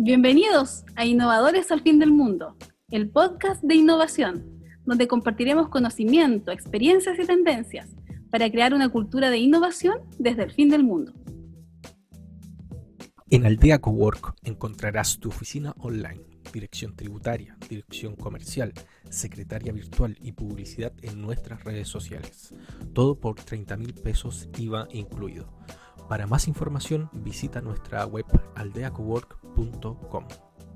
Bienvenidos a Innovadores al Fin del Mundo, el podcast de innovación, donde compartiremos conocimiento, experiencias y tendencias para crear una cultura de innovación desde el fin del mundo. En Aldea Cowork encontrarás tu oficina online, dirección tributaria, dirección comercial, secretaria virtual y publicidad en nuestras redes sociales. Todo por 30.000 pesos IVA incluido. Para más información visita nuestra web aldeacowork.com.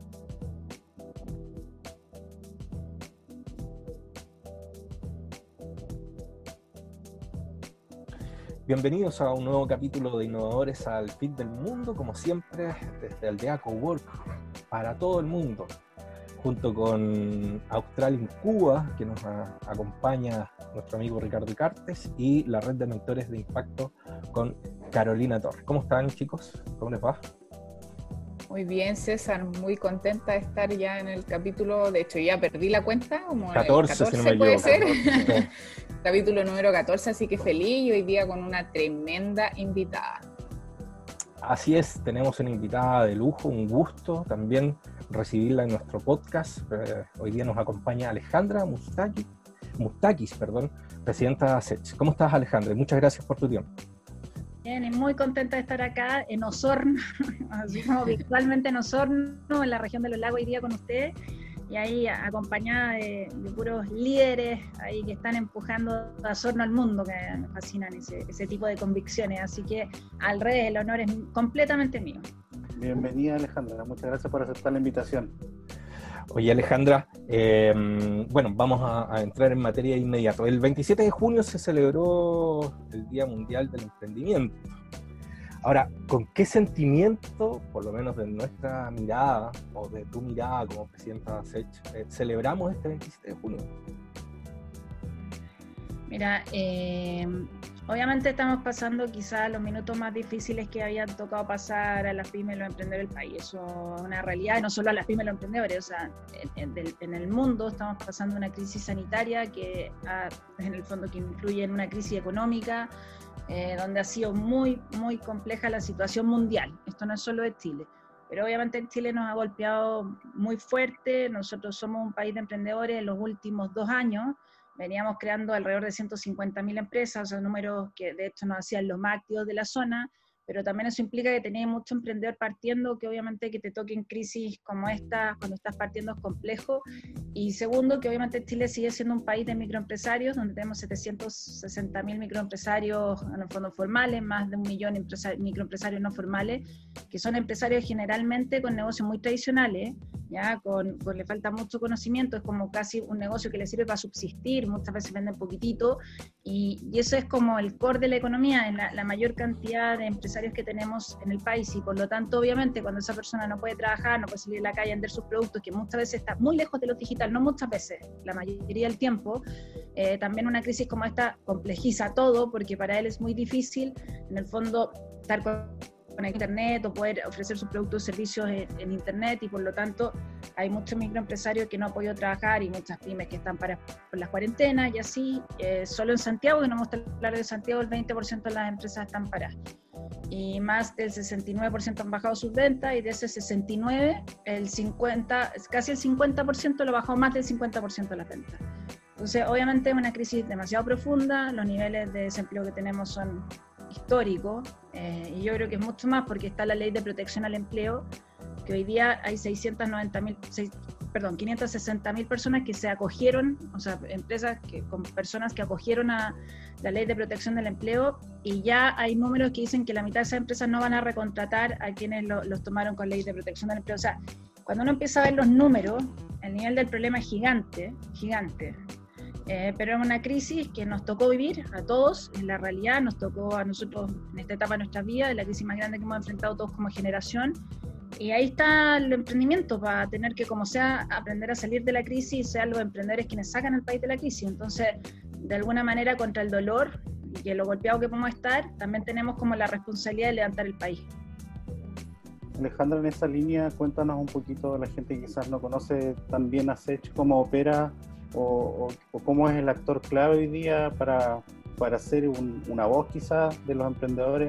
Bienvenidos a un nuevo capítulo de Innovadores al Fin del Mundo, como siempre desde Aldea Cowork para todo el mundo, junto con Austral en Cuba, que nos acompaña nuestro amigo Ricardo Cartes, y la red de mentores de impacto con Carolina Torres. ¿Cómo están, chicos? ¿Cómo les va? Muy bien, César, muy contenta de estar ya en el capítulo, de hecho ya perdí la cuenta, como 14, el 14 si no me puede equivoco. ser, sí. Capítulo número 14, así que feliz y hoy día con una tremenda invitada. Así es, tenemos una invitada de lujo, un gusto también recibirla en nuestro podcast. Hoy día nos acompaña Alejandra Mustakis, presidenta de ASECH. ¿Cómo estás, Alejandra? Muchas gracias por tu tiempo. Bien, y muy contenta de estar acá en Osorno, así como virtualmente en Osorno, en la región de los lagos, hoy día con ustedes, y ahí acompañada de puros líderes ahí que están empujando a Osorno al mundo, que me fascinan ese tipo de convicciones, así que al revés, el honor es completamente mío. Bienvenida, Alejandra, muchas gracias por aceptar la invitación. Oye, Alejandra, bueno, vamos a entrar en materia de inmediato. El 27 de junio se celebró el Día Mundial del Emprendimiento. Ahora, ¿con qué sentimiento, por lo menos de nuestra mirada, o de tu mirada como presidenta de ASECH, celebramos este 27 de junio? Mira, obviamente estamos pasando quizás los minutos más difíciles que habían tocado pasar a las pymes y los emprendedores del país. Eso es una realidad, y no solo a las pymes y los emprendedores, o sea, en el mundo estamos pasando una crisis sanitaria que en el fondo que influye en una crisis económica, donde ha sido muy, muy compleja la situación mundial. Esto no es solo de Chile, pero obviamente en Chile nos ha golpeado muy fuerte. Nosotros somos un país de emprendedores. En los últimos 2 años veníamos creando alrededor de 150.000 empresas, o sea, números que de hecho nos hacían los más activos de la zona, pero también eso implica que tenés mucho emprendedor partiendo, que obviamente que te toquen crisis como esta, cuando estás partiendo es complejo, y segundo, que obviamente Chile sigue siendo un país de microempresarios, donde tenemos 760.000 microempresarios en el fondo formales, más de 1 millón de microempresarios no formales, que son empresarios generalmente con negocios muy tradicionales, ya le falta mucho conocimiento, es como casi un negocio que le sirve para subsistir, muchas veces venden poquitito, y eso es como el core de la economía, en la mayor cantidad de empresarios que tenemos en el país, y por lo tanto obviamente cuando esa persona no puede trabajar, no puede salir a la calle a vender sus productos, que muchas veces está muy lejos de lo digital, no muchas veces, la mayoría del tiempo, también una crisis como esta complejiza todo, porque para él es muy difícil en el fondo estar con internet o poder ofrecer sus productos o servicios en internet, y por lo tanto hay muchos microempresarios que no han podido trabajar y muchas pymes que están paradas por las cuarentenas y así. Solo en Santiago, que no hemos hablado de Santiago, el 20% de las empresas están paradas y más del 69% han bajado sus ventas, y de ese 69, casi el 50% lo bajó, más del 50% de las ventas. Entonces obviamente es una crisis demasiado profunda, los niveles de desempleo que tenemos son históricos, y yo creo que es mucho más porque está la ley de protección al empleo, que hoy día hay 560.000 personas que se acogieron, o sea, empresas con personas que acogieron a la ley de protección del empleo, y ya hay números que dicen que la mitad de esas empresas no van a recontratar a quienes los tomaron con ley de protección del empleo. O sea, cuando uno empieza a ver los números, el nivel del problema es gigante, pero es una crisis que nos tocó vivir a todos, es la realidad, nos tocó a nosotros en esta etapa de nuestras vidas, es la crisis más grande que hemos enfrentado todos como generación, y ahí está el emprendimiento, para tener que, como sea, aprender a salir de la crisis, y sean los emprendedores quienes sacan al país de la crisis. Entonces, de alguna manera, contra el dolor y que lo golpeado que podemos estar, también tenemos como la responsabilidad de levantar el país. Alejandra, en esa línea, cuéntanos un poquito, a la gente que quizás no conoce tan bien ASECH, cómo opera o cómo es el actor clave hoy día para ser una voz quizás de los emprendedores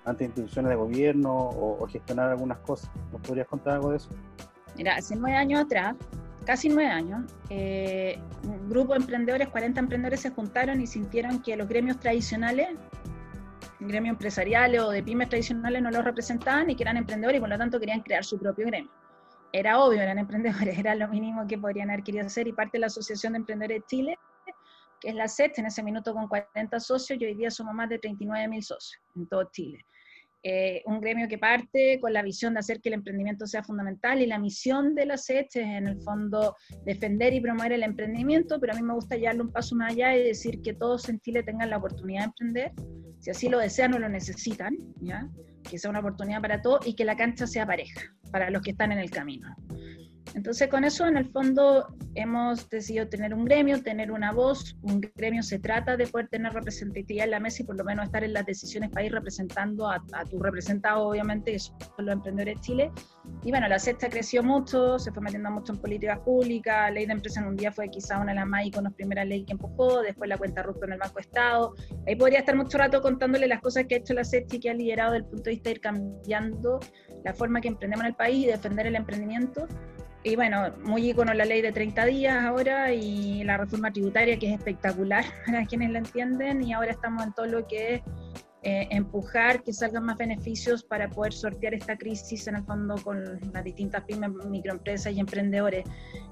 ante instituciones de gobierno o gestionar algunas cosas. ¿Nos podrías contar algo de eso? Mira, hace 9 años atrás, casi 9 años, un grupo de emprendedores, 40 emprendedores se juntaron y sintieron que los gremios tradicionales, gremios empresariales o de pymes tradicionales no los representaban y que eran emprendedores y por lo tanto querían crear su propio gremio. Era obvio, eran emprendedores, era lo mínimo que podrían haber querido hacer, y parte de la Asociación de Emprendedores de Chile, que es la ACET, en ese minuto con 40 socios, y hoy día somos más de 39.000 socios en todo Chile. Un gremio que parte con la visión de hacer que el emprendimiento sea fundamental, y la misión de la ACET es en el fondo defender y promover el emprendimiento, pero a mí me gusta llevarlo un paso más allá y decir que todos en Chile tengan la oportunidad de emprender, si así lo desean o lo necesitan, ¿ya? Que sea una oportunidad para todos y que la cancha sea pareja para los que están en el camino. Entonces con eso en el fondo hemos decidido tener un gremio, tener una voz. Un gremio se trata de poder tener representatividad en la mesa y por lo menos estar en las decisiones para ir representando a tus representados, obviamente, que son los emprendedores de Chile. Y bueno, la CESTA creció mucho, se fue metiendo mucho en políticas públicas. Ley de empresa en un día fue quizá una de las más iconos, primera ley que empujó, después la cuenta RUT con el Banco Estado. Ahí podría estar mucho rato contándole las cosas que ha hecho la CESTA y que ha liderado desde el punto de vista de ir cambiando la forma que emprendemos en el país y defender el emprendimiento. Y bueno, muy ícono la ley de 30 días ahora y la reforma tributaria, que es espectacular para quienes la entienden, y ahora estamos en todo lo que es empujar que salgan más beneficios para poder sortear esta crisis en el fondo con las distintas pymes, microempresas y emprendedores.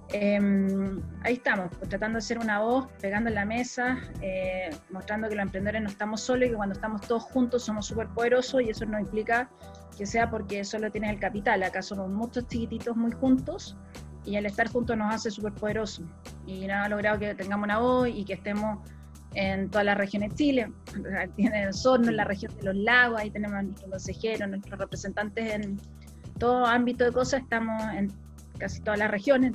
Ahí estamos, pues, tratando de ser una voz, pegando en la mesa, mostrando que los emprendedores no estamos solos y que cuando estamos todos juntos somos súper poderosos, y eso no implica que sea porque solo tienes el capital. Acá somos muchos chiquititos muy juntos y el estar juntos nos hace súper poderosos, y nada, ha logrado que tengamos una voz y que estemos en todas las regiones de Chile. Tiene Osorno, en la región de los lagos, ahí tenemos a nuestros consejeros, nuestros representantes en todo ámbito de cosas, estamos en casi todas las regiones,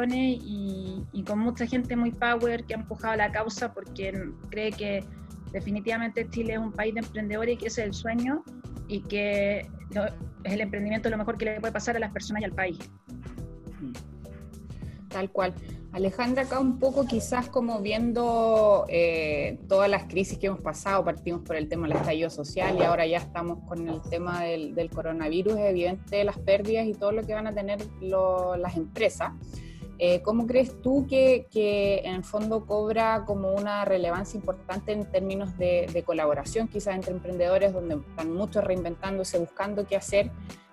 y con mucha gente muy power que ha empujado la causa porque cree que definitivamente Chile es un país de emprendedores y que ese es el sueño, y que es el emprendimiento lo mejor que le puede pasar a las personas y al país. Tal cual. Alejandra, acá un poco quizás como viendo todas las crisis que hemos pasado, partimos por el tema del estallido social y ahora ya estamos con el tema del coronavirus, es evidente las pérdidas y todo lo que van a tener las empresas. ¿Cómo crees tú que en el fondo cobra como una relevancia importante en términos de colaboración, quizás entre emprendedores, donde están muchos reinventándose, buscando qué hacer,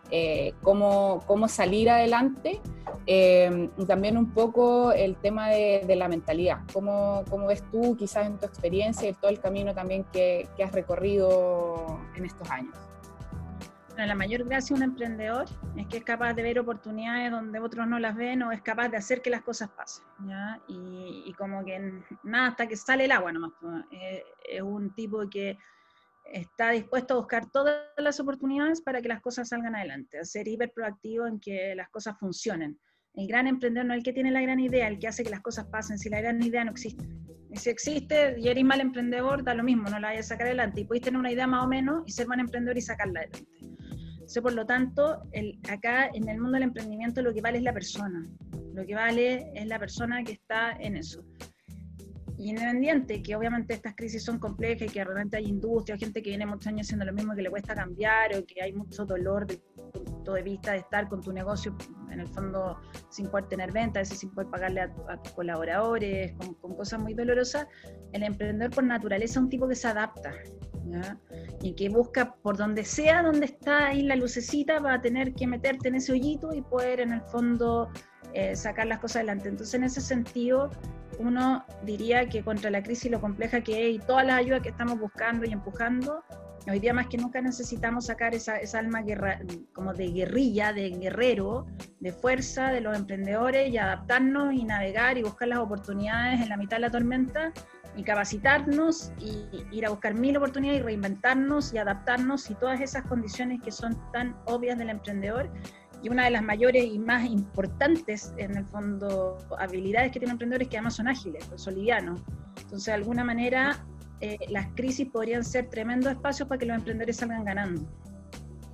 cómo salir adelante? Y también un poco el tema de la mentalidad. ¿Cómo ves tú, quizás en tu experiencia y todo el camino también que has recorrido en estos años? Bueno, la mayor gracia de un emprendedor es que es capaz de ver oportunidades donde otros no las ven, o es capaz de hacer que las cosas pasen, ¿ya? Y como que nada, hasta que sale el agua nomás. Es un tipo que está dispuesto a buscar todas las oportunidades para que las cosas salgan adelante, a ser hiper proactivo en que las cosas funcionen. El gran emprendedor no es el que tiene la gran idea, el que hace que las cosas pasen. Si la gran idea no existe, y si existe y eres mal emprendedor, da lo mismo, no la vayas a sacar adelante, y podéis tener una idea más o menos y ser buen emprendedor y sacarla adelante. Entonces, por lo tanto, acá en el mundo del emprendimiento lo que vale es la persona, lo que vale es la persona que está en eso. Y independiente, que obviamente estas crisis son complejas y que realmente hay industria, gente que viene muchos años haciendo lo mismo, que le cuesta cambiar, o que hay mucho dolor desde el punto de vista de estar con tu negocio, en el fondo, sin poder tener ventas, a veces sin poder pagarle a tus colaboradores, con cosas muy dolorosas. El emprendedor por naturaleza es un tipo que se adapta, ¿ya? Y que busca por donde sea, donde está ahí la lucecita, para tener que meterte en ese hoyito y poder en el fondo sacar las cosas adelante. Entonces, en ese sentido, uno diría que contra la crisis, lo compleja que es y todas las ayudas que estamos buscando y empujando, hoy día más que nunca necesitamos sacar esa alma como de guerrilla, de guerrero, de fuerza de los emprendedores, y adaptarnos y navegar y buscar las oportunidades en la mitad de la tormenta, y capacitarnos y ir a buscar 1000 oportunidades y reinventarnos y adaptarnos, y todas esas condiciones que son tan obvias del emprendedor. Y una de las mayores y más importantes, en el fondo, habilidades que tiene un emprendedor es que además son ágiles, son livianos. Entonces, de alguna manera, las crisis podrían ser tremendos espacios para que los emprendedores salgan ganando.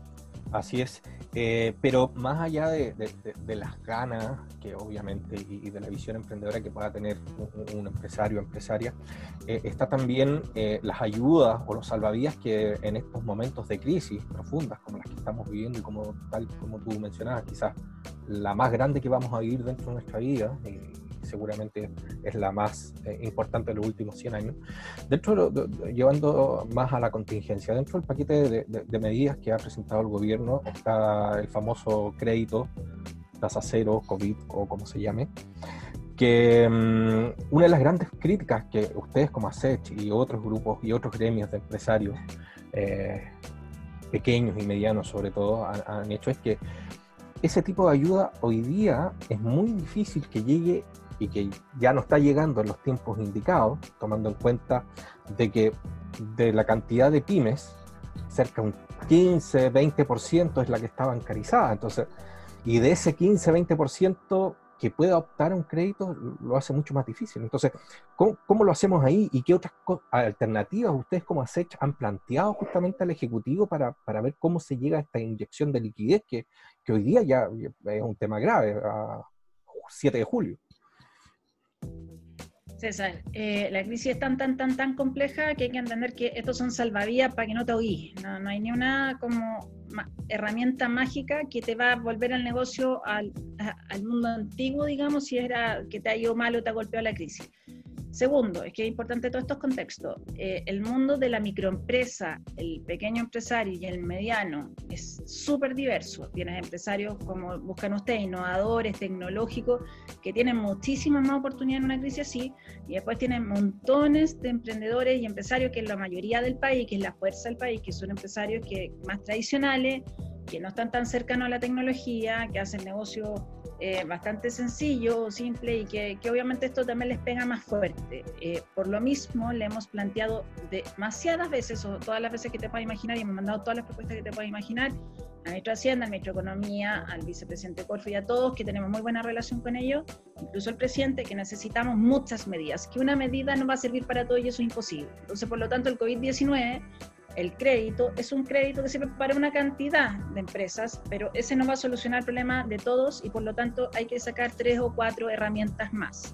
Así es, pero más allá de las ganas, que obviamente, y de la visión emprendedora que pueda tener un empresario o empresaria, está también las ayudas o los salvavidas que en estos momentos de crisis profundas como las que estamos viviendo y tal como tú mencionabas, quizás la más grande que vamos a vivir dentro de nuestra vida, seguramente es la más importante de los últimos 100 años, llevando más a la contingencia. Dentro del paquete de medidas que ha presentado el gobierno está el famoso crédito, tasa cero, COVID o como se llame, que una de las grandes críticas que ustedes como ASECH y otros grupos y otros gremios de empresarios, pequeños y medianos sobre todo, han hecho es que ese tipo de ayuda hoy día es muy difícil que llegue y que ya no está llegando en los tiempos indicados, tomando en cuenta de que de la cantidad de pymes, cerca de un 15-20% es la que está bancarizada. Entonces, y de ese 15-20% que pueda optar a un crédito, lo hace mucho más difícil. Entonces, ¿cómo lo hacemos ahí? ¿Y qué otras alternativas ustedes como ASECH han planteado justamente al Ejecutivo para ver cómo se llega a esta inyección de liquidez que hoy día ya es un tema grave, a 7 de julio? César, la crisis es tan compleja que hay que entender que estos son salvavidas para que no te ahogues. No hay ni una como herramienta mágica que te va a volver al negocio al mundo antiguo, digamos, si era que te ha ido mal o te ha golpeado la crisis. Segundo, es que es importante todos estos contextos. El mundo de la microempresa, el pequeño empresario y el mediano es súper diverso. Tienes empresarios, como buscan ustedes, innovadores, tecnológicos, que tienen muchísimas más oportunidades en una crisis así, y después tienen montones de emprendedores y empresarios, que es la mayoría del país, que es la fuerza del país, que son empresarios que más tradicionales, que no están tan cercanos a la tecnología, que hacen negocios bastante sencillo, simple, y que obviamente esto también les pega más fuerte. Por lo mismo, le hemos planteado demasiadas veces, o todas las veces que te puedas imaginar, y hemos mandado todas las propuestas que te puedas imaginar, al ministro de Hacienda, al ministro de Economía, al vicepresidente Corfo y a todos, que tenemos muy buena relación con ellos, incluso el presidente, que necesitamos muchas medidas, que una medida no va a servir para todo y eso es imposible. Entonces, por lo tanto, el COVID-19... el crédito es un crédito que sirve para una cantidad de empresas, pero ese no va a solucionar el problema de todos y por lo tanto hay que sacar 3 o 4 herramientas más.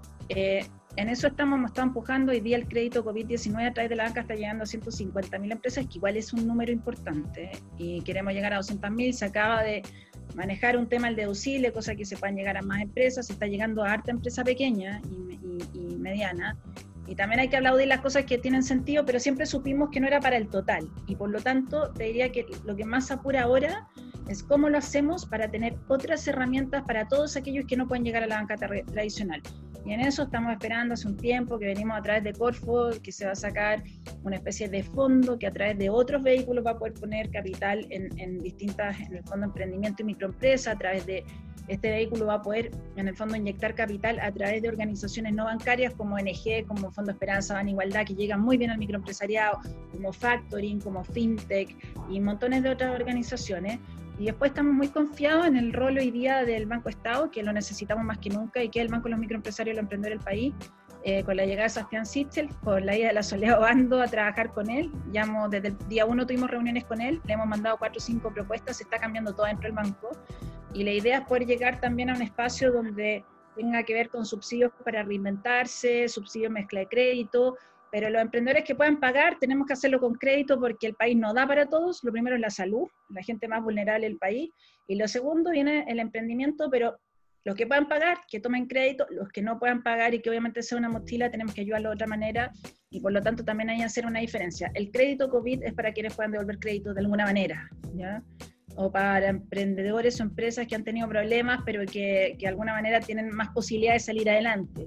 En eso hemos estado empujando. Hoy día el crédito COVID-19 a través de la banca está llegando a 150.000 empresas, que igual es un número importante, y queremos llegar a 200.000. Se acaba de manejar un tema, el deducible, cosa que se puedan llegar a más empresas. Se está llegando a harta empresa pequeña y mediana. Y también hay que aplaudir las cosas que tienen sentido, pero siempre supimos que no era para el total. Y por lo tanto, te diría que lo que más apura ahora es cómo lo hacemos para tener otras herramientas para todos aquellos que no pueden llegar a la banca tradicional. Y en eso estamos esperando hace un tiempo, que venimos a través de Corfo, que se va a sacar una especie de fondo que a través de otros vehículos va a poder poner capital en el fondo de emprendimiento y microempresa. A través de este vehículo va a poder, en el fondo, inyectar capital a través de organizaciones no bancarias como ONG, como Fondo Esperanza, Ban Igualdad, que llegan muy bien al microempresariado, como Factoring, como FinTech y montones de otras organizaciones. Y después estamos muy confiados en el rol hoy día del Banco Estado, que lo necesitamos más que nunca, y que es el Banco de los Microempresarios y los Emprendedores del país, con la llegada de Sebastián Sichel, con la ida de la Soledad Obando a trabajar con él. Desde el día 1 tuvimos reuniones con él, le hemos mandado 4 o 5 propuestas, se está cambiando todo dentro del banco, y la idea es poder llegar también a un espacio donde tenga que ver con subsidios para reinventarse, subsidios mezcla de crédito, pero los emprendedores que puedan pagar tenemos que hacerlo con crédito porque el país no da para todos. Lo primero es la salud, la gente más vulnerable del país, y lo segundo viene el emprendimiento, pero los que puedan pagar, que tomen crédito, los que no puedan pagar y que obviamente sea una mochila, tenemos que ayudarlo de otra manera, y por lo tanto también hay que hacer una diferencia. El crédito COVID es para quienes puedan devolver crédito de alguna manera, ¿ya? O para emprendedores o empresas que han tenido problemas, pero que de alguna manera tienen más posibilidades de salir adelante.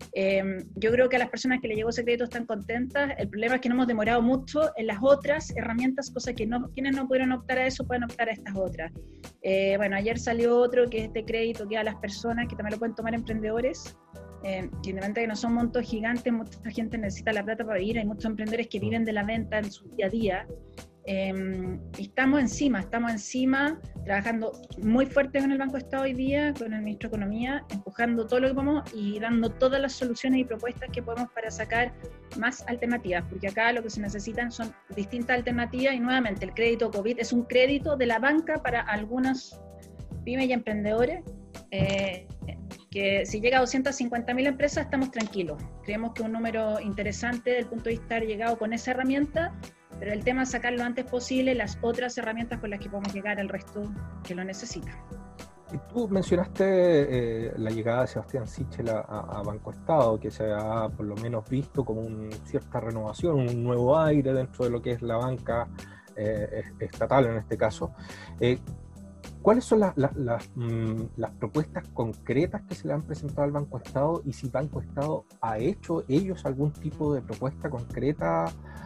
Yo creo que a las personas que le llegó ese crédito están contentas. El problema es que no hemos demorado mucho en las otras herramientas, cosa que quienes no pudieron optar a eso pueden optar a estas otras. Bueno, ayer salió otro, que es este crédito que a las personas, que también lo pueden tomar emprendedores, que independientemente de que no son montos gigantes, mucha gente necesita la plata para vivir, hay muchos emprendedores que viven de la venta en su día a día. y estamos encima, trabajando muy fuerte con el Banco Estado hoy día, con el Ministro de Economía, empujando todo lo que podemos y dando todas las soluciones y propuestas que podemos para sacar más alternativas, porque acá lo que se necesitan son distintas alternativas y nuevamente el crédito COVID es un crédito de la banca para algunas pymes y emprendedores, que si llega a 250.000 empresas estamos tranquilos. Creemos que es un número interesante desde el punto de vista de haber llegado con esa herramienta, pero el tema es sacar lo antes posible las otras herramientas con las que podemos llegar al resto que lo necesita. Y tú mencionaste la llegada de Sebastián Sichel a Banco Estado, que se ha por lo menos visto como cierta renovación, un nuevo aire dentro de lo que es la banca estatal en este caso. ¿Cuáles son las propuestas concretas que se le han presentado al Banco Estado y si Banco Estado ha hecho ellos algún tipo de propuesta concreta?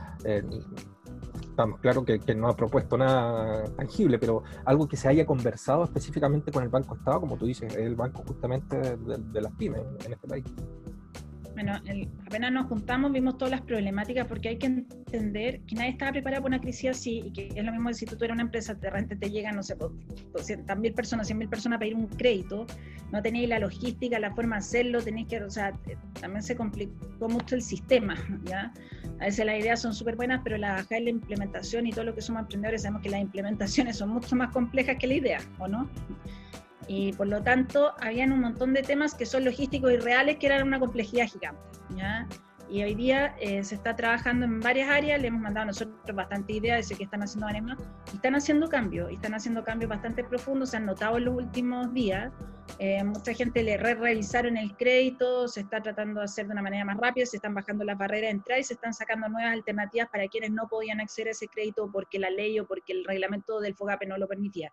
Estamos claro que no ha propuesto nada tangible, pero algo que se haya conversado específicamente con el Banco Estado, como tú dices, es el banco justamente de las pymes en este país. Bueno, apenas nos juntamos, vimos todas las problemáticas, porque hay que entender que nadie estaba preparado para una crisis así, y que es lo mismo de si tú eres una empresa, de repente te llegan, no sé, 200.000 personas, 100.000 personas a pedir un crédito, no tenéis la logística, la forma de hacerlo, tenéis que, o sea, también se complicó mucho el sistema, ¿ya? A veces las ideas son súper buenas, pero la bajada en la implementación y todo lo que somos emprendedores sabemos que las implementaciones son mucho más complejas que la idea, ¿o no? Y por lo tanto, habían un montón de temas que son logísticos y reales, que eran una complejidad gigante, ¿ya? Y hoy día se está trabajando en varias áreas, le hemos mandado a nosotros bastante ideas, de que están haciendo varias más, y están haciendo cambios bastante profundos, se han notado en los últimos días. Mucha gente le revisaron el crédito, se está tratando de hacer de una manera más rápida, se están bajando las barreras de entrada y se están sacando nuevas alternativas para quienes no podían acceder a ese crédito porque la ley o porque el reglamento del FOGAPE no lo permitía.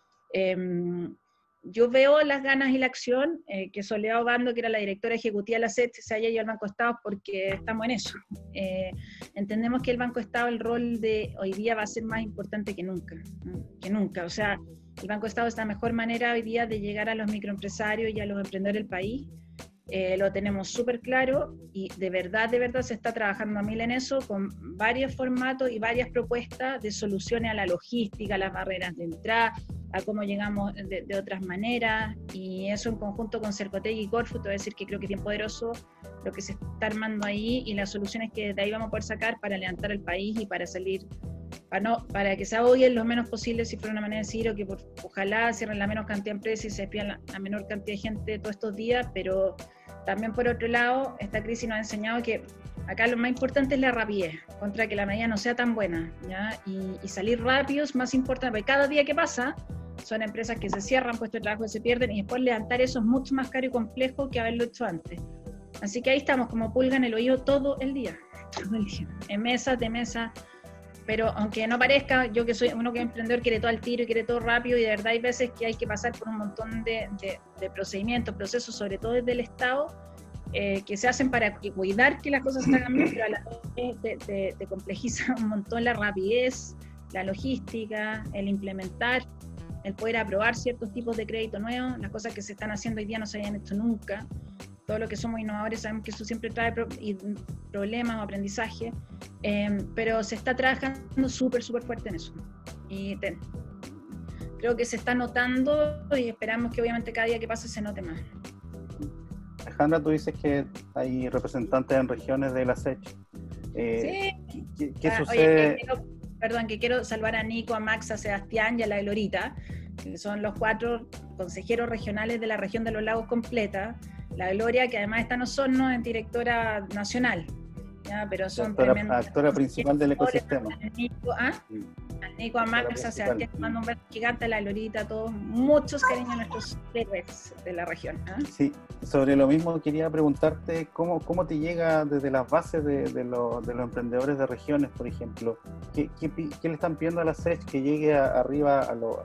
Yo veo las ganas y la acción, que Soledad Obando, que era la directora ejecutiva de la SET, se haya ido al Banco Estado porque estamos en eso. Entendemos que el Banco Estado, el rol de hoy día va a ser más importante que nunca, ¿no? Que nunca. O sea, el Banco Estado es la mejor manera hoy día de llegar a los microempresarios y a los emprendedores del país. Lo tenemos súper claro y de verdad se está trabajando a mil en eso, con varios formatos y varias propuestas de soluciones a la logística, a las barreras de entrada, a cómo llegamos de otras maneras, y eso en conjunto con Cercotec y Corfo, te voy a decir que creo que es bien poderoso lo que se está armando ahí y las soluciones que de ahí vamos a poder sacar para levantar el país y para salir, para que se ahoguen lo menos posible, si fuera una manera de decir, o que ojalá cierren la menor cantidad de empresas y se despidan la menor cantidad de gente todos estos días, pero también por otro lado, esta crisis nos ha enseñado que acá lo más importante es la rapidez, contra que la medida no sea tan buena, ¿ya? Y salir rápido es más importante, porque cada día que pasa son empresas que se cierran, puestos de trabajo que se pierden, y después levantar eso es mucho más caro y complejo que haberlo hecho antes. Así que ahí estamos como pulga en el oído todo el día, en mesas, de mesa. Pero aunque no parezca, yo que soy uno que es emprendedor, quiere todo al tiro y quiere todo rápido, y de verdad hay veces que hay que pasar por un montón de procedimientos, procesos, sobre todo desde el Estado, que se hacen para cuidar que las cosas se hagan bien, pero a la vez te complejiza un montón la rapidez, la logística, el implementar, el poder aprobar ciertos tipos de crédito nuevos. Las cosas que se están haciendo hoy día no se habían hecho nunca. Todo lo que somos innovadores sabemos que eso siempre trae problemas o aprendizaje, pero se está trabajando súper fuerte en eso. Y creo que se está notando y esperamos que obviamente cada día que pase se note más. Alejandra, tú dices que hay representantes en regiones de la SEC. Sí. ¿Qué sucede? Oye, que quiero salvar a Nico, a Max, a Sebastián y a la Glorita, que son los 4 consejeros regionales de la región de los lagos completa. La Gloria, que además está en Osorno, es directora nacional, ¿ya? Pero son actora principal del ecosistema. Al Nico, a Max, a Sebastián, mando un beso gigante, a la Glorita, a todos, muchos cariños a nuestros héroes de la región, ¿eh? Sí, sobre lo mismo quería preguntarte cómo te llega desde las bases de los emprendedores de regiones, por ejemplo. ¿Qué le están pidiendo a la SEC que llegue arriba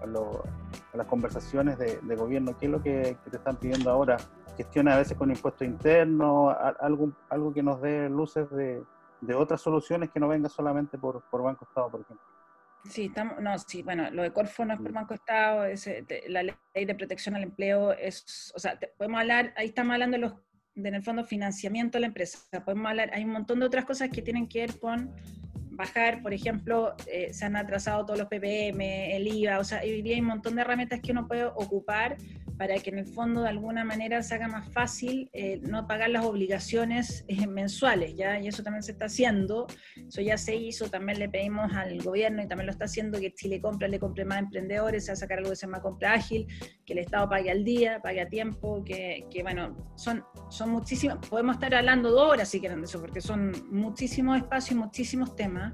a las conversaciones de gobierno? ¿Qué es lo que te están pidiendo ahora? Gestiona a veces con impuestos internos, algo que nos dé luces de otras soluciones que no venga solamente por Banco Estado, por ejemplo. Sí, bueno, lo de Corfo no es por Banco Estado, la ley de protección al empleo podemos hablar, ahí estamos hablando en el fondo financiamiento de la empresa, podemos hablar, hay un montón de otras cosas que tienen que ver con bajar, por ejemplo, se han atrasado todos los PPM, el IVA, o sea, hoy día hay un montón de herramientas que uno puede ocupar para que en el fondo de alguna manera se haga más fácil no pagar las obligaciones mensuales, ¿ya? Y eso también se está haciendo, eso ya se hizo, también le pedimos al gobierno y también lo está haciendo, que Chile Compra le compre más emprendedores, se va a sacar algo que se llama compra ágil, que el Estado pague al día, pague a tiempo, que bueno, son muchísimas, podemos estar hablando 2 horas si quieren de eso, porque son muchísimos espacios y muchísimos temas.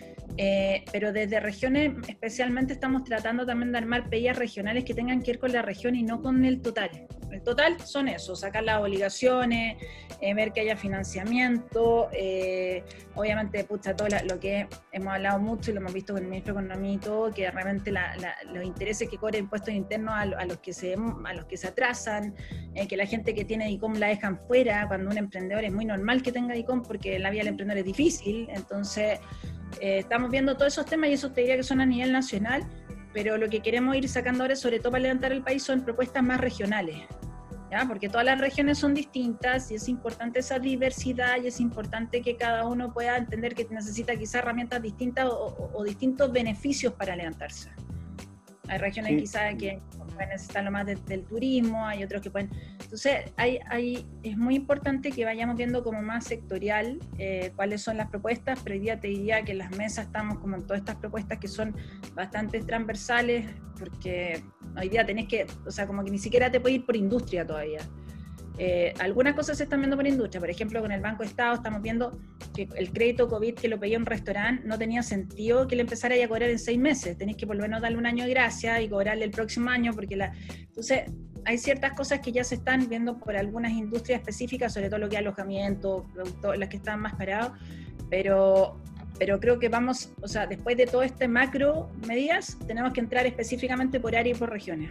Pero desde regiones especialmente estamos tratando también de armar PIAs regionales que tengan que ver con la región y no con el total. El total son eso, sacar las obligaciones, ver que haya financiamiento, obviamente todo lo que hemos hablado mucho y lo hemos visto con el ministro de Economía y todo, que realmente los intereses que cobran impuestos internos a los que se atrasan, que la gente que tiene DICOM la dejan fuera, cuando un emprendedor es muy normal que tenga DICOM porque la vida del emprendedor es difícil, entonces estamos viendo todos esos temas y eso te diría que son a nivel nacional, pero lo que queremos ir sacando ahora, sobre todo para levantar el país, son propuestas más regionales, ¿ya? Porque todas las regiones son distintas y es importante esa diversidad y es importante que cada uno pueda entender que necesita quizás herramientas distintas o distintos beneficios para levantarse. Hay regiones quizás que pueden necesitar lo más del turismo, hay otros que pueden... Entonces, es muy importante que vayamos viendo como más sectorial cuáles son las propuestas, pero hoy día te diría que en las mesas estamos como en todas estas propuestas que son bastante transversales, porque hoy día tenés que, o sea, como que ni siquiera te puedes ir por industria todavía. Algunas cosas se están viendo por industria, por ejemplo con el Banco Estado estamos viendo que el crédito COVID que lo pedía un restaurante no tenía sentido que le empezara a cobrar en 6 meses, tenés que por lo menos darle un año de gracia y cobrarle el próximo año, porque entonces hay ciertas cosas que ya se están viendo por algunas industrias específicas, sobre todo lo que es alojamiento, las que están más parados, pero creo que vamos, o sea, después de todo este macro medidas, tenemos que entrar específicamente por área y por regiones.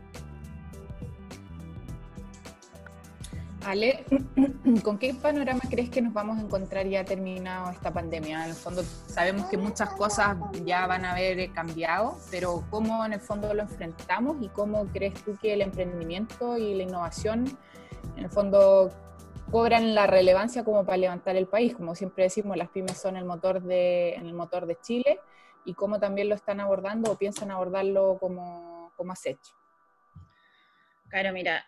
Ale, ¿con qué panorama crees que nos vamos a encontrar ya terminado esta pandemia? En el fondo sabemos que muchas cosas ya van a haber cambiado, pero ¿cómo en el fondo lo enfrentamos y cómo crees tú que el emprendimiento y la innovación en el fondo cobran la relevancia como para levantar el país? Como siempre decimos, las pymes son el motor de Chile, y cómo también lo están abordando o piensan abordarlo como has hecho. Claro, mira,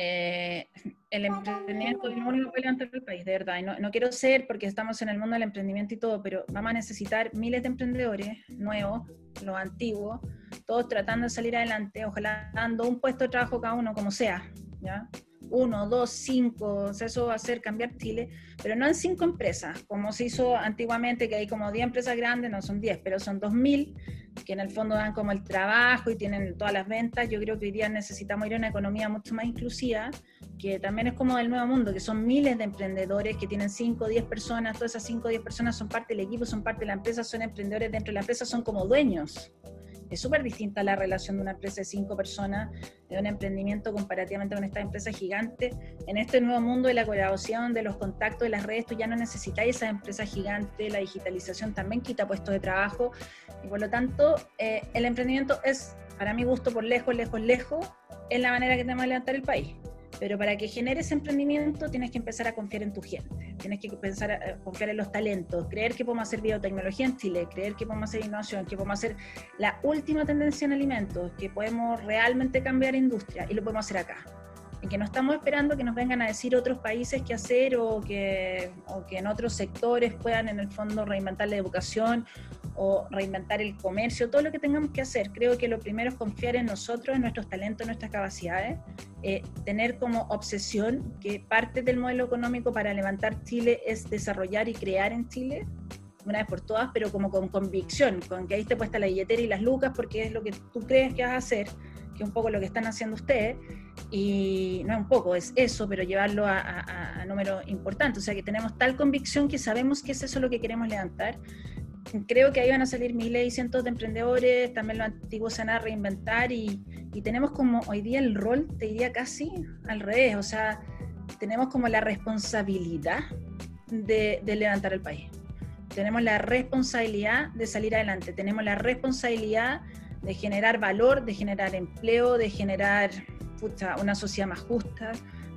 el emprendimiento es lo único que puede levantar el país, de verdad, y no quiero ser, porque estamos en el mundo del emprendimiento y todo, pero vamos a necesitar miles de emprendedores nuevos, los antiguos, todos tratando de salir adelante, ojalá dando un puesto de trabajo cada uno, como sea, ¿ya? 1, 2, 5, o sea, eso va a hacer cambiar Chile, pero no en 5 empresas, como se hizo antiguamente, que hay como 10 empresas grandes, no son 10, pero son 2.000, que en el fondo dan como el trabajo y tienen todas las ventas. Yo creo que hoy día necesitamos ir a una economía mucho más inclusiva, que también es como del nuevo mundo, que son miles de emprendedores que tienen 5 o 10 personas, todas esas 5 o 10 personas son parte del equipo, son parte de la empresa, son emprendedores dentro de la empresa, son como dueños. Es súper distinta la relación de una empresa de 5 personas, de un emprendimiento comparativamente con esta empresa gigante. En este nuevo mundo de la colaboración, de los contactos, de las redes, tú ya no necesitáis esa empresa gigante, la digitalización también quita puestos de trabajo, y por lo tanto el emprendimiento es, para mi gusto, por lejos, es la manera que tenemos de levantar el país. Pero para que genere ese emprendimiento tienes que empezar a confiar en tu gente, tienes que empezar a confiar en los talentos, creer que podemos hacer biotecnología en Chile, creer que podemos hacer innovación, que podemos hacer la última tendencia en alimentos, que podemos realmente cambiar industria y lo podemos hacer acá. En que no estamos esperando que nos vengan a decir otros países qué hacer o que en otros sectores puedan en el fondo reinventar la educación o reinventar el comercio, todo lo que tengamos que hacer. Creo que lo primero es confiar en nosotros, en nuestros talentos, en nuestras capacidades, tener como obsesión que parte del modelo económico para levantar Chile es desarrollar y crear en Chile, una vez por todas, pero como con convicción, con que ahí te puesta la billetera y las lucas porque es lo que tú crees que vas a hacer, que es un poco lo que están haciendo ustedes, y no es un poco, es eso, pero llevarlo a números importantes, o sea que tenemos tal convicción que sabemos que es eso lo que queremos levantar. Creo que ahí van a salir miles y cientos de emprendedores, también los antiguos se van a reinventar y tenemos como hoy día el rol, te diría casi al revés, o sea, tenemos como la responsabilidad de levantar el país. Tenemos la responsabilidad de salir adelante, tenemos la responsabilidad de generar valor, de generar empleo, de generar una sociedad más justa,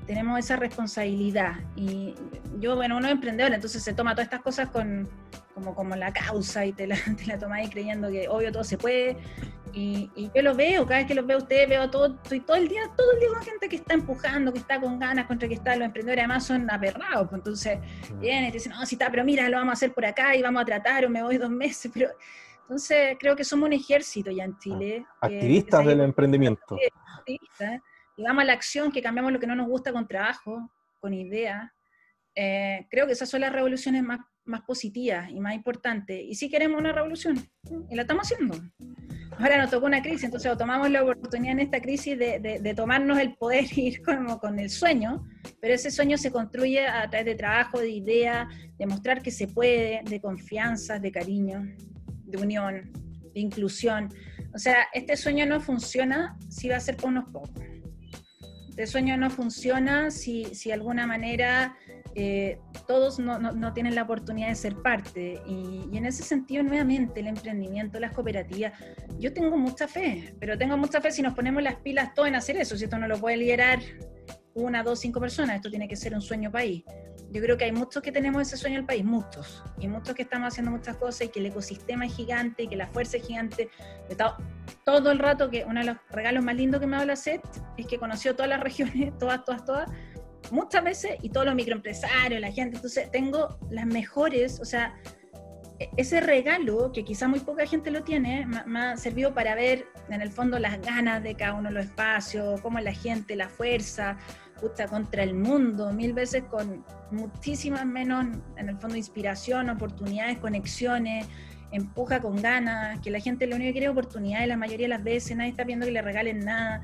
tenemos esa responsabilidad. Y yo, bueno, uno es emprendedor, entonces se toma todas estas cosas como la causa y te la tomáis creyendo que obvio todo se puede. Y yo lo veo, cada vez que los veo a ustedes, veo todo, estoy todo el día con gente que está empujando, que está con ganas, contra que está, los emprendedores además son aperrados, pues entonces vienen y te dicen, no, si está, pero mira, lo vamos a hacer por acá y vamos a tratar, o me voy 2 meses, pero entonces creo que somos un ejército ya en Chile. Activistas del emprendimiento. Activistas, y vamos a la acción, que cambiamos lo que no nos gusta con trabajo, con ideas. Creo que esas son las revoluciones más positivas y más importantes. Y sí queremos una revolución, y la estamos haciendo. Ahora nos tocó una crisis, entonces tomamos la oportunidad en esta crisis de tomarnos el poder e ir como con el sueño, pero ese sueño se construye a través de trabajo, de ideas, de mostrar que se puede, de confianza, de cariño, de unión, de inclusión. O sea, este sueño no funciona si va a ser por unos pocos. Este sueño no funciona si de alguna manera todos no tienen la oportunidad de ser parte. Y en ese sentido, nuevamente, el emprendimiento, las cooperativas, yo tengo mucha fe, pero tengo mucha fe si nos ponemos las pilas todos en hacer eso, si esto no lo puede liderar 1, 2, 5 personas, esto tiene que ser un sueño país. Yo creo que hay muchos que tenemos ese sueño en el país, muchos, y muchos que estamos haciendo muchas cosas, y que el ecosistema es gigante, y que la fuerza es gigante. He estado todo el rato, que uno de los regalos más lindos que me ha dado la SET es que conoció todas las regiones, todas, muchas veces, y todos los microempresarios, la gente. Entonces tengo las mejores, o sea, ese regalo que quizá muy poca gente lo tiene, me ha servido para ver en el fondo las ganas de cada uno de los espacios, cómo la gente, la fuerza, puta, contra el mundo, 1000 veces con muchísimas menos, en el fondo, inspiración, oportunidades, conexiones, empuja con ganas, que la gente lo único que quiere es oportunidades, la mayoría de las veces, nadie está viendo que le regalen nada,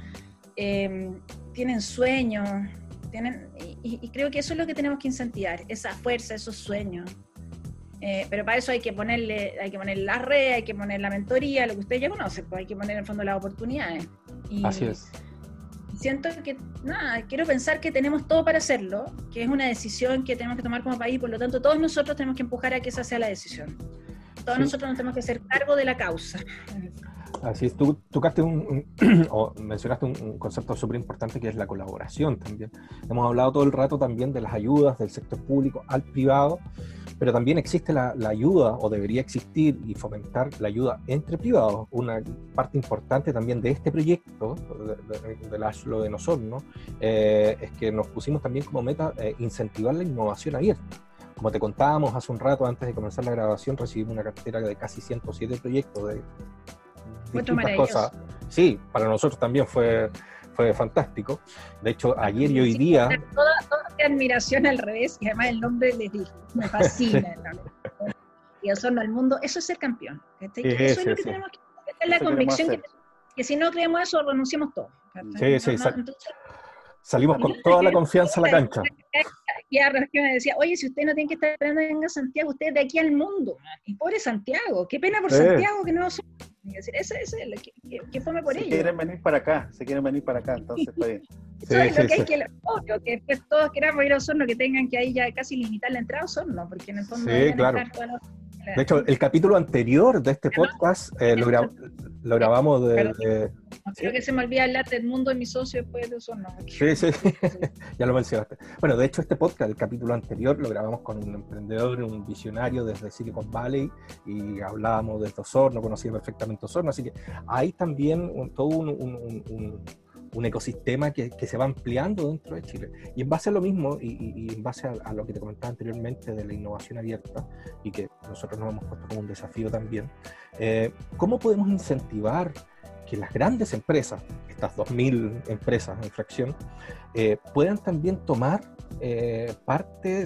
tienen sueños, y creo que eso es lo que tenemos que incentivar, esa fuerza, esos sueños. Pero para eso hay que ponerle la red, hay que poner la mentoría, lo que ustedes ya conocen, pues hay que poner en el fondo las oportunidades. Así es. Siento que, quiero pensar que tenemos todo para hacerlo, que es una decisión que tenemos que tomar como país, por lo tanto todos nosotros tenemos que empujar a que esa sea la decisión. Todos nosotros nos tenemos que hacer cargo de la causa. Así es, tú tocaste o mencionaste un concepto súper importante, que es la colaboración también. Hemos hablado todo el rato también de las ayudas del sector público al privado, pero también existe la ayuda, o debería existir y fomentar la ayuda entre privados. Una parte importante también de este proyecto, de lo de nosotros, ¿no? Es que nos pusimos también como meta incentivar la innovación abierta. Como te contábamos hace un rato, antes de comenzar la grabación, recibimos una cartera de casi 107 proyectos de distintas cosas. Sí, para nosotros también fue fantástico. De hecho, ayer y hoy día... Toda admiración al revés, y además el nombre les dijo, me fascina. Y Osorno al mundo, eso es ser campeón. Eso es lo que tenemos que hacer, es la convicción que si no creemos eso, renunciamos todos. Entonces, salimos con toda la confianza a la cancha. Y a región me decía, oye, si usted no tiene que estar esperando que venga a Santiago, usted es de aquí al mundo. Y pobre Santiago, qué pena por Santiago que no son. Ese es el que fome por ellos. Se quieren venir para acá, entonces está bien. Eso es lo que hay que, obvio, que después todos queramos ir a Osorno, que tengan que ahí ya casi limitar la entrada a Osorno, porque en el fondo claro. De hecho, el capítulo anterior de este podcast lo grabamos creo que se me olvida hablar del mundo de mi socio después de Osorno. Sí, ya lo mencionaste. Bueno, de hecho, este podcast, el capítulo anterior, lo grabamos con un emprendedor, un visionario desde Silicon Valley, y hablábamos de Osorno, conocía perfectamente Osorno, así que hay también todo un ecosistema que se va ampliando dentro de Chile. Y en base a lo mismo, y en base a lo que te comentaba anteriormente de la innovación abierta, y que nosotros nos hemos puesto como un desafío también, ¿cómo podemos incentivar que las grandes empresas, estas 2000 empresas en fracción, puedan también tomar parte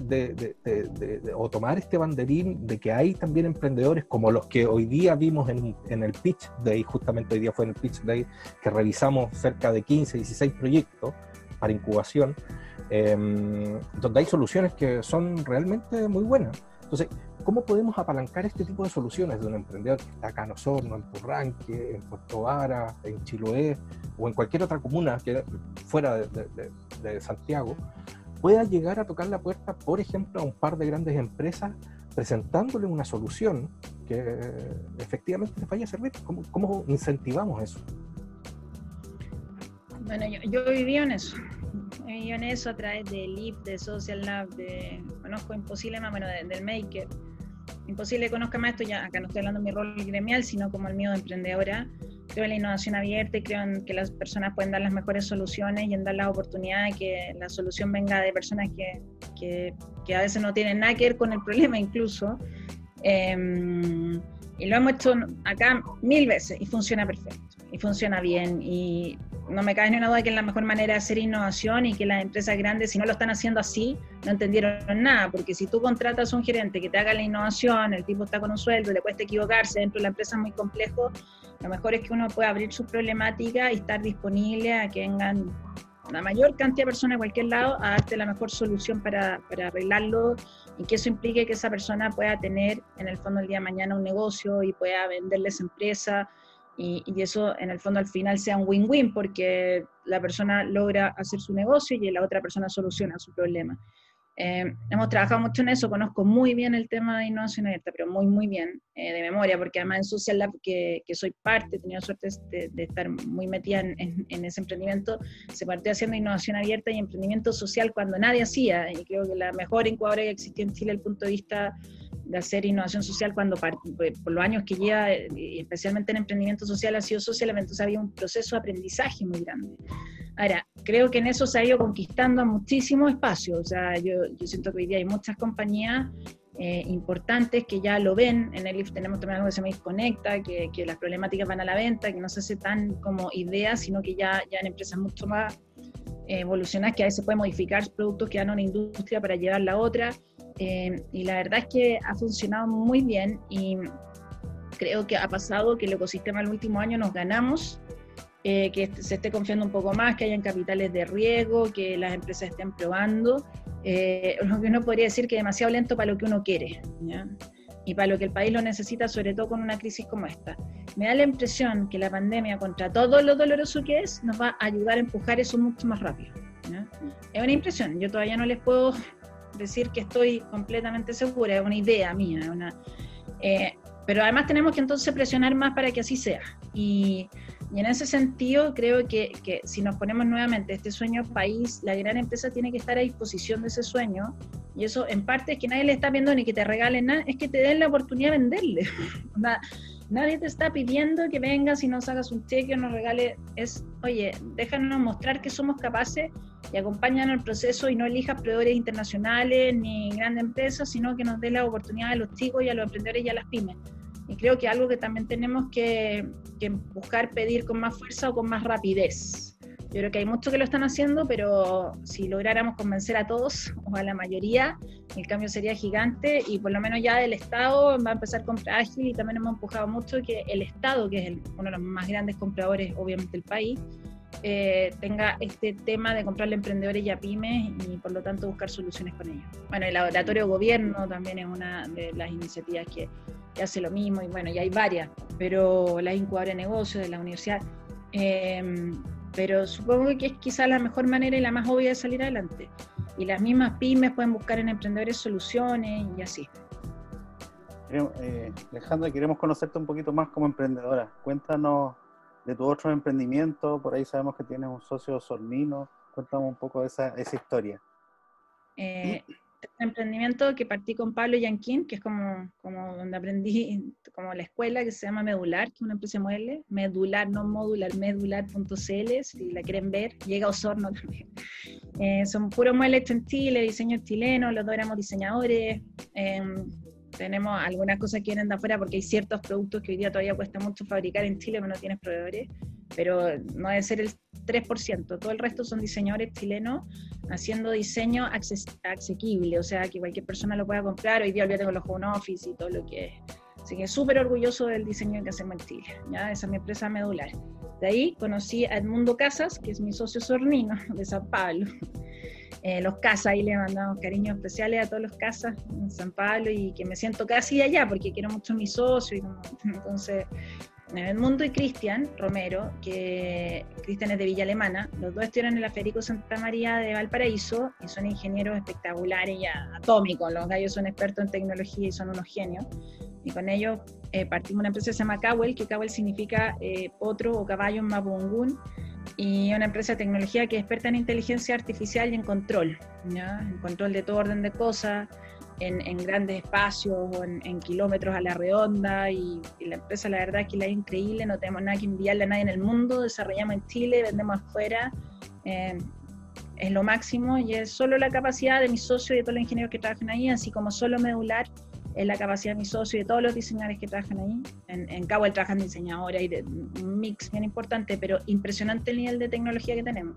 o tomar este banderín de que hay también emprendedores como los que hoy día vimos en el Pitch Day? Justamente hoy día fue en el Pitch Day que revisamos cerca de 15, 16 proyectos para incubación, donde hay soluciones que son realmente muy buenas. Entonces, ¿cómo podemos apalancar este tipo de soluciones de un emprendedor que está acá en Osorno, en Purranque, en Puerto Vara, en Chiloé, o en cualquier otra comuna que fuera de Santiago, pueda llegar a tocar la puerta, por ejemplo, a un par de grandes empresas, presentándole una solución que efectivamente les vaya a servir? ¿Cómo incentivamos eso? Bueno, yo viví en eso. vivido en eso a través de LIP, de Social Lab, conozco Imposible más, bueno, del Maker. Imposible conozca más esto, ya acá no estoy hablando de mi rol gremial, sino como el mío de emprendedora. Creo en la innovación abierta y creo en que las personas pueden dar las mejores soluciones y en dar las oportunidades, que la solución venga de personas que a veces no tienen nada que ver con el problema incluso. Y lo hemos hecho acá 1000 veces y funciona perfecto, y funciona bien, y no me cabe ni una duda que es la mejor manera de hacer innovación, y que las empresas grandes, si no lo están haciendo así, no entendieron nada, porque si tú contratas a un gerente que te haga la innovación, el tipo está con un sueldo, le cuesta equivocarse, dentro de la empresa es muy complejo, lo mejor es que uno pueda abrir sus problemáticas y estar disponible a que vengan la mayor cantidad de personas de cualquier lado a darte la mejor solución para arreglarlo, y que eso implique que esa persona pueda tener en el fondo el día de mañana un negocio y pueda venderle esa empresa, y eso en el fondo al final sea un win-win, porque la persona logra hacer su negocio y la otra persona soluciona su problema. Hemos trabajado mucho en eso, conozco muy bien el tema de innovación abierta, pero muy, muy bien, de memoria, porque además en Social Lab, que soy parte, he tenido suerte de estar muy metida en ese emprendimiento, se partió haciendo innovación abierta y emprendimiento social cuando nadie hacía, y creo que la mejor incubadora que existió en Chile desde el punto de vista de hacer innovación social cuando por los años que lleva, especialmente en emprendimiento social, ha sido Social Lab, entonces había un proceso de aprendizaje muy grande. Ahora, creo que en eso se ha ido conquistando muchísimo espacio, o sea, yo siento que hoy día hay muchas compañías importantes que ya lo ven. En el IF tenemos también algo que se llama IF Conecta, que las problemáticas van a la venta, que no se hace tan como idea, sino que ya en empresas mucho más evolucionadas, que a veces pueden modificar productos que dan a una industria para llevarla a otra, y la verdad es que ha funcionado muy bien, y creo que ha pasado que el ecosistema en el último año nos ganamos, que se esté confiando un poco más, que hayan capitales de riesgo, que las empresas estén probando, lo que uno podría decir que es demasiado lento para lo que uno quiere, ¿ya? Y para lo que el país lo necesita, sobre todo con una crisis como esta. Me da la impresión que la pandemia, contra todo lo doloroso que es, nos va a ayudar a empujar eso mucho más rápido, ¿ya? Es una impresión, yo todavía no les puedo decir que estoy completamente segura, es una idea mía, pero además tenemos que entonces presionar más para que así sea, y en ese sentido creo que si nos ponemos nuevamente este sueño país, la gran empresa tiene que estar a disposición de ese sueño, y eso en parte es que nadie le está pidiendo ni que te regalen nada, es que te den la oportunidad de venderle. Nadie te está pidiendo que vengas y nos hagas un cheque o nos regales, es, oye, déjanos mostrar que somos capaces y acompáñanos el proceso, y no elijas proveedores internacionales ni grandes empresas, sino que nos dé la oportunidad a los chicos y a los emprendedores y a las pymes. Y creo que algo que también tenemos que buscar pedir con más fuerza o con más rapidez. Yo creo que hay muchos que lo están haciendo, pero si lográramos convencer a todos o a la mayoría, el cambio sería gigante, y por lo menos ya del Estado va a empezar a comprar ágil, y también hemos empujado mucho que el Estado, que es uno de los más grandes compradores obviamente del país, tenga este tema de comprarle a emprendedores y a pymes, y por lo tanto buscar soluciones con ellos. Bueno, el laboratorio de gobierno también es una de las iniciativas que hace lo mismo, y bueno, y hay varias, pero la incubadora de negocios de la universidad, pero supongo que es quizás la mejor manera y la más obvia de salir adelante, y las mismas pymes pueden buscar en emprendedores soluciones y así. Alejandra, queremos conocerte un poquito más como emprendedora. Cuéntanos de tu otro emprendimiento, por ahí sabemos que tienes un socio osornino, cuéntanos un poco de esa historia. Un emprendimiento que partí con Pablo Yanquín, que es como donde aprendí, como la escuela, que se llama Medular, que es una empresa de muebles, Medular, no modular, medular.cl, si la quieren ver, llega a Osorno también. Son puros muebles hechos en Chile, diseños chilenos, los dos éramos diseñadores. Tenemos algunas cosas que vienen de afuera, porque hay ciertos productos que hoy día todavía cuesta mucho fabricar en Chile, pero no tienes proveedores, pero no debe ser el 3%, todo el resto son diseñadores chilenos haciendo diseño asequible, o sea, que cualquier persona lo pueda comprar. Hoy día olvídate con los home office y todo lo que es. Así que súper orgulloso del diseño que hacemos en Chile, ¿ya? Esa es mi empresa Medular. De ahí conocí a Edmundo Casas, que es mi socio osornino de San Pablo. Los Casas, ahí le mandamos cariños especiales a todos los Casas en San Pablo, y que me siento casi allá porque quiero mucho a mi socio, entonces Edmundo y Cristian Romero, que Cristian es de Villa Alemana, los dos estudiaron en la Federico Santa María de Valparaíso y son ingenieros espectaculares, ya atómicos, los gallos son expertos en tecnología y son unos genios, y con ellos partimos una empresa que se llama Cawel, que Cawel significa potro o caballo en mapudungún, y una empresa de tecnología que es experta en inteligencia artificial y en control, ¿ya? En control de todo orden de cosas, en grandes espacios o en kilómetros a la redonda, y la empresa la verdad es que la es increíble, no tenemos nada que enviarle a nadie en el mundo, desarrollamos en Chile, vendemos afuera, es lo máximo, y es solo la capacidad de mis socios y de todos los ingenieros que trabajan ahí, así como solo medular es la capacidad de mis socios y de todos los diseñadores que trabajan ahí. En Cowell trabajan diseñadores y de un mix bien importante, pero impresionante el nivel de tecnología que tenemos.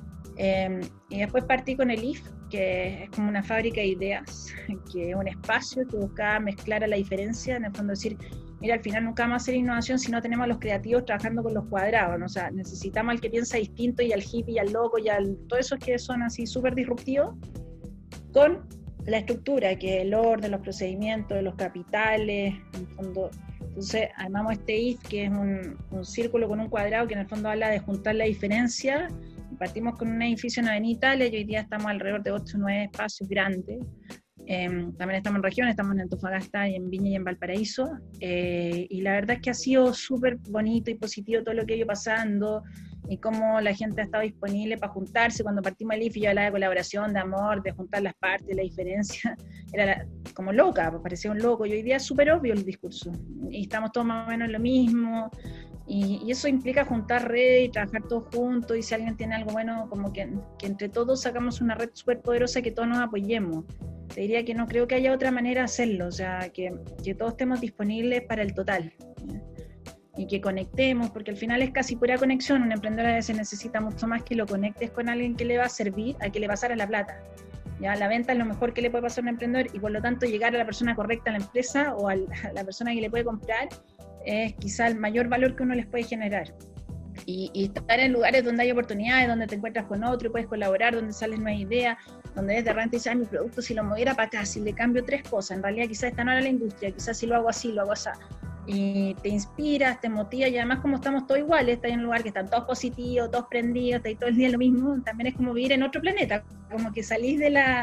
Y después partí con el IF, que es como una fábrica de ideas, que es un espacio que buscaba mezclar a la diferencia, en el fondo decir, mira, al final nunca vamos a hacer innovación si no tenemos a los creativos trabajando con los cuadrados, ¿no? O sea, necesitamos al que piensa distinto y al hippie y al loco y al todos esos que son así súper disruptivos, con la estructura, que es el orden, los procedimientos, los capitales, en el fondo. Entonces armamos este IF, que es un círculo con un cuadrado, que en el fondo habla de juntar la diferencia. Partimos con un edificio en Avenida Italia y hoy día estamos alrededor de 8 o 9 espacios grandes. También estamos en regiones, estamos en Antofagasta, y en Viña y en Valparaíso, y la verdad es que ha sido súper bonito y positivo todo lo que ha ido pasando, y cómo la gente ha estado disponible para juntarse. Cuando partimos el IF yo hablaba de colaboración, de amor, de juntar las partes, la diferencia, era como loca, pues parecía un loco, y hoy día es súper obvio el discurso, y estamos todos más o menos en lo mismo, y eso implica juntar redes y trabajar todos juntos, y si alguien tiene algo bueno, como que entre todos sacamos una red súper poderosa, que todos nos apoyemos. Te diría que no creo que haya otra manera de hacerlo, o sea, que todos estemos disponibles para el total, ¿ya? Y que conectemos, porque al final es casi pura conexión. Un emprendedor a veces necesita mucho más que lo conectes con alguien que le va a servir a que le pasara la plata. Ya, la venta es lo mejor que le puede pasar a un emprendedor, y por lo tanto llegar a la persona correcta a la empresa o a la persona que le puede comprar es quizá el mayor valor que uno les puede generar. Y estar en lugares donde hay oportunidades, donde te encuentras con otro y puedes colaborar, donde salen nuevas ideas, donde desde repente dices, mi producto si lo moviera para acá, si le cambio 3 cosas, en realidad quizás esta no era la industria, quizás si lo hago así, lo hago así. Y te inspiras, te motivas, y además como estamos todos iguales, estás en un lugar que están todos positivos, todos prendidos, estás todo el día lo mismo, también es como vivir en otro planeta, como que salís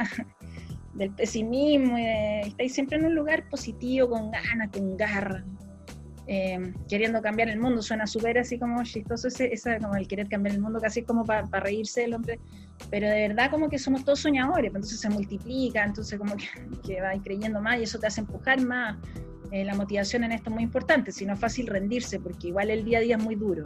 del pesimismo, y estáis siempre en un lugar positivo, con ganas, con garra, queriendo cambiar el mundo. Suena súper así como chistoso, como el querer cambiar el mundo, casi como para reírse del hombre, pero de verdad como que somos todos soñadores, entonces se multiplica, entonces como que vais creyendo más, y eso te hace empujar más. La motivación en esto es muy importante, si no es fácil rendirse, porque igual el día a día es muy duro.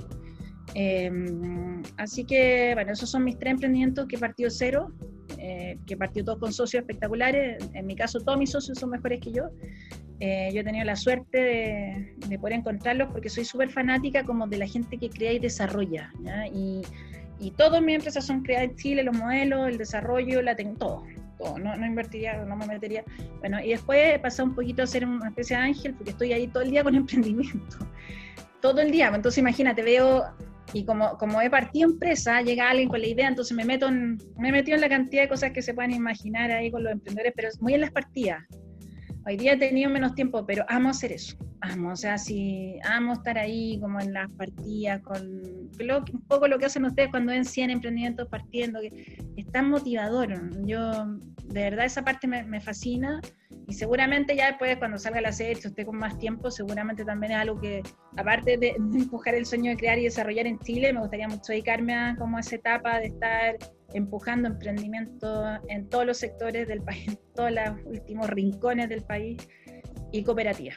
Así que, bueno, esos son mis 3 emprendimientos que partió cero, que partió todos con socios espectaculares. En mi caso, todos mis socios son mejores que yo. Yo he tenido la suerte de poder encontrarlos, porque soy súper fanática como de la gente que crea y desarrolla, ¿ya? Y todas mis empresas son creadas en Chile, los modelos, el desarrollo, todo. No invertiría, no me metería. Bueno, y después he pasado un poquito a ser una especie de ángel, porque estoy ahí todo el día con emprendimiento, todo el día. Entonces imagínate, veo, y como he partido empresa, llega alguien con la idea, entonces me he metido en la cantidad de cosas que se pueden imaginar ahí con los emprendedores, pero es muy en las partidas. Hoy día he tenido menos tiempo, pero amo hacer eso. Amo estar ahí como en las partidas, un poco lo que hacen ustedes cuando ven 100 emprendimientos partiendo, que es tan motivador. Yo, de verdad, esa parte me fascina, y seguramente ya después, cuando salga la serie, usted con más tiempo, seguramente también es algo que, aparte de empujar el sueño de crear y desarrollar en Chile, me gustaría mucho dedicarme a como esa etapa de estar empujando emprendimiento en todos los sectores del país, en todos los últimos rincones del país, y cooperativas.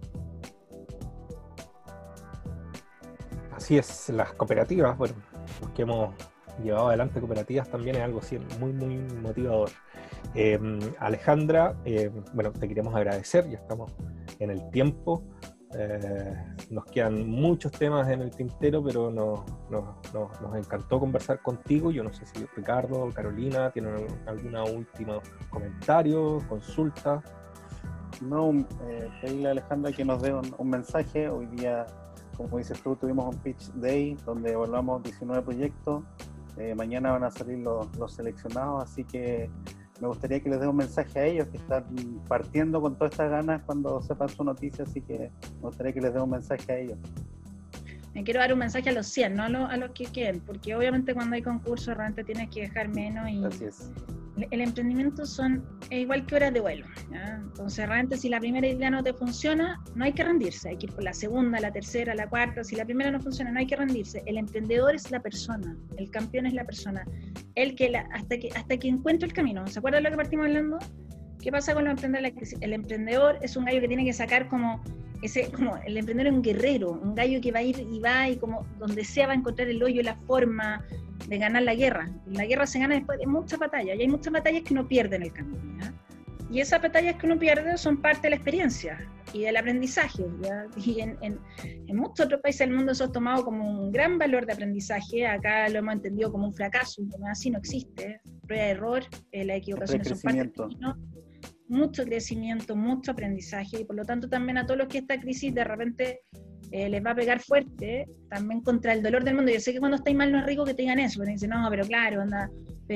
Así es, las cooperativas, bueno, los que hemos llevado adelante cooperativas también es algo así muy, muy motivador. Alejandra, bueno, te queremos agradecer, ya estamos en el tiempo. Nos quedan muchos temas en el tintero, pero nos encantó conversar contigo. Yo no sé si Ricardo o Carolina tienen alguna última comentario, consulta. No, pedirle a Alejandra que nos dé un mensaje. Hoy día, como dices tú, tuvimos un Pitch Day donde evaluamos 19 proyectos. Mañana van a salir los seleccionados, así que me gustaría que les dé un mensaje a ellos que están partiendo con todas estas ganas cuando sepan su noticia, así que me gustaría que les dé un mensaje a ellos. Me quiero dar un mensaje a los 100, no a los que quieren, porque obviamente cuando hay concursos realmente tienes que dejar menos, el emprendimiento es igual que horas de vuelo, ¿ya? Entonces realmente si la primera idea no te funciona, no hay que rendirse, hay que ir por la segunda, la tercera, la cuarta. Si la primera no funciona, no hay que rendirse. El emprendedor es la persona, el campeón es la persona, hasta que encuentre el camino. ¿Se acuerdan de lo que partimos hablando? ¿Qué pasa con los emprendedores? El emprendedor es un gallo que tiene que sacar como el emprendedor es un guerrero, un gallo que va a ir y como donde sea va a encontrar el hoyo, la forma de ganar la guerra. La guerra se gana después de muchas batallas, y hay muchas batallas que uno pierde en el camino, ¿ya? Y esas batallas que uno pierde son parte de la experiencia y del aprendizaje, ¿ya? Y en muchos otros países del mundo eso es tomado como un gran valor de aprendizaje. Acá lo hemos entendido como un fracaso, como así no existe. Prueba de error, las equivocaciones son parte del camino. Mucho crecimiento, mucho aprendizaje, y por lo tanto también a todos los que esta crisis de repente les va a pegar fuerte, también contra el dolor del mundo. Yo sé que cuando estáis mal no es rico que te digan eso, porque dicen, no, pero claro, anda,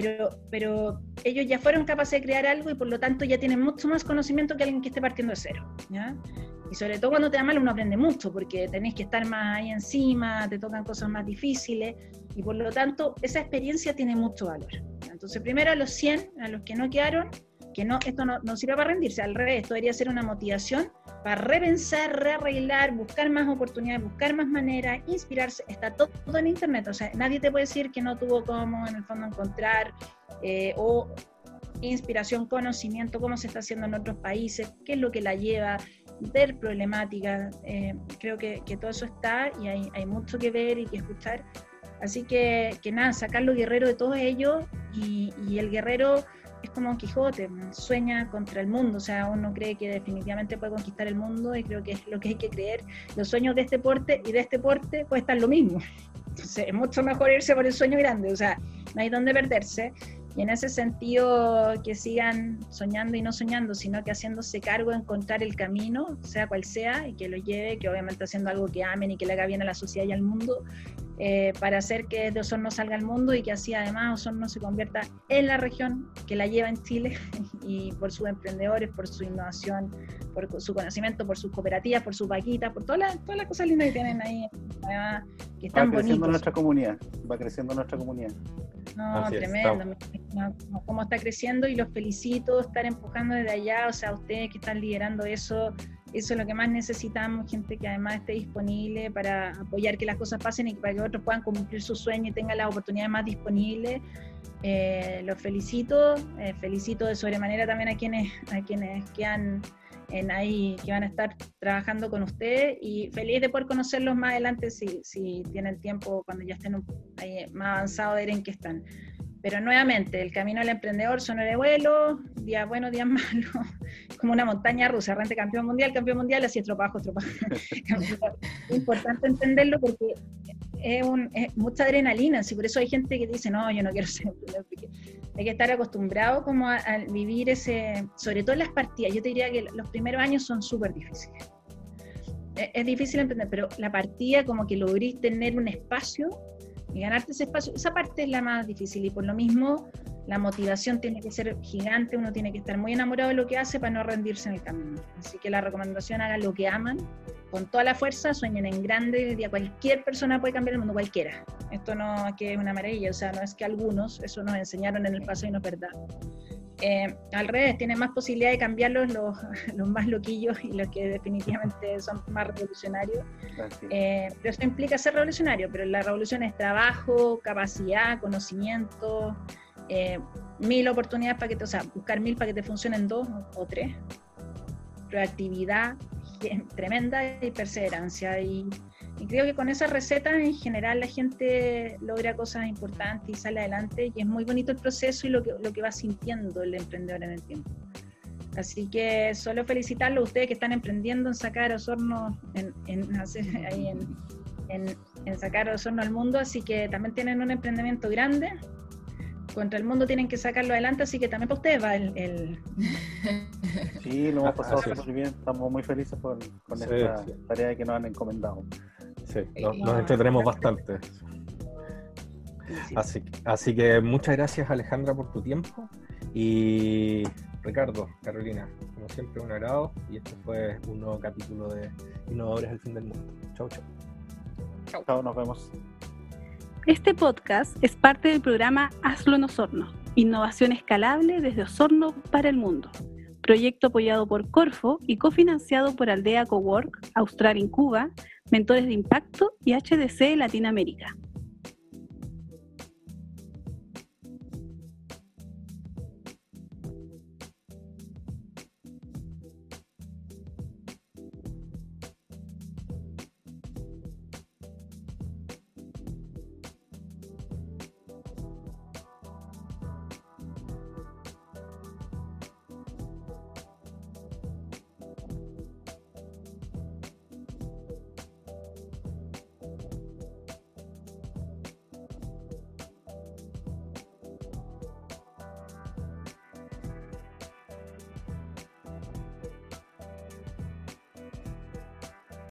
pero ellos ya fueron capaces de crear algo y por lo tanto ya tienen mucho más conocimiento que alguien que esté partiendo de cero, ¿ya? Y sobre todo cuando te da mal uno aprende mucho, porque tenés que estar más ahí encima, te tocan cosas más difíciles, y por lo tanto esa experiencia tiene mucho valor, ¿ya? Entonces primero a los 100, a los que no quedaron, que no, esto no sirve para rendirse, al revés, esto debería ser una motivación para repensar, rearreglar, buscar más oportunidades, buscar más maneras, inspirarse. Está todo en internet, o sea, nadie te puede decir que no tuvo cómo en el fondo encontrar o inspiración, conocimiento, cómo se está haciendo en otros países, qué es lo que la lleva, ver problemáticas. Creo que todo eso está y hay mucho que ver y que escuchar. Así que nada, sacar lo guerrero de todos ellos, y el guerrero es como un Quijote, sueña contra el mundo. O sea, uno cree que definitivamente puede conquistar el mundo, y creo que es lo que hay que creer. Los sueños de este porte y de este porte puede estar lo mismo. Entonces es mucho mejor irse por el sueño grande, o sea, no hay dónde perderse. Y en ese sentido, que sigan soñando y no soñando, sino que haciéndose cargo de encontrar el camino, sea cual sea, y que lo lleve, que obviamente haciendo algo que amen y que le haga bien a la sociedad y al mundo, para hacer que de Osorno salga al mundo, y que así además Osorno se convierta en la región que la lleva en Chile, y por sus emprendedores, por su innovación, por su conocimiento, por sus cooperativas, por sus vaquitas, por todas las cosas lindas que tienen ahí, además, que están bonitos. Va creciendo nuestra comunidad. No, así tremendo, cómo está creciendo, y los felicito, estar empujando desde allá. O sea, ustedes que están liderando eso es lo que más necesitamos, gente que además esté disponible para apoyar que las cosas pasen y para que otros puedan cumplir sus sueños y tengan las oportunidades más disponibles. Los felicito de sobremanera también a quienes quedan ahí, que van a estar trabajando con ustedes, y feliz de poder conocerlos más adelante si tienen tiempo, cuando ya estén ahí más avanzados, de ver en qué están. Pero nuevamente, el camino del emprendedor son de vuelo, días buenos, días malos, como una montaña rusa, realmente campeón mundial, así es tropajo. Es importante entenderlo, porque es mucha adrenalina, así por eso hay gente que dice, no, yo no quiero ser emprendedor, porque hay que estar acostumbrado como a vivir sobre todo en las partidas. Yo te diría que los primeros años son súper difíciles. Es difícil emprender, pero la partida, como que logré tener un espacio y ganarte ese espacio, esa parte es la más difícil, y por lo mismo la motivación tiene que ser gigante, uno tiene que estar muy enamorado de lo que hace para no rendirse en el camino. Así que la recomendación, hagan lo que aman, con toda la fuerza, sueñen en grande. Hoy día cualquier persona puede cambiar el mundo, cualquiera. Esto no es que es una maravilla, o sea, no es que algunos, eso nos enseñaron en el pasado y no es verdad. Al revés, tienen más posibilidad de cambiarlos los más loquillos y los que definitivamente son más revolucionarios. Pero eso implica ser revolucionario, pero la revolución es trabajo, capacidad, conocimiento, 1000 oportunidades para que buscar 1000 para que te funcionen 2 o 3, proactividad tremenda y perseverancia, y creo que con esa receta en general la gente logra cosas importantes y sale adelante, y es muy bonito el proceso y lo que va sintiendo el emprendedor en el tiempo. Así que solo felicitarlo a ustedes que están emprendiendo en sacar Osorno en sacar Osorno al mundo. Así que también tienen un emprendimiento grande, contra el mundo tienen que sacarlo adelante, así que también para ustedes va el... Sí, lo hemos pasado súper bien, estamos muy felices con esta tarea que nos han encomendado. Sí, nos entretenemos bastante. Así que muchas gracias, Alejandra, por tu tiempo, y Ricardo, Carolina, como siempre un agrado, y este fue un nuevo capítulo de Innovadores del Fin del Mundo. Chau. Chau, nos vemos. Este podcast es parte del programa Hazlo en Osorno, Innovación escalable desde Osorno para el mundo. Proyecto apoyado por Corfo y cofinanciado por Aldea Cowork, Austral Incuba, Mentores de Impacto y HDC Latinoamérica.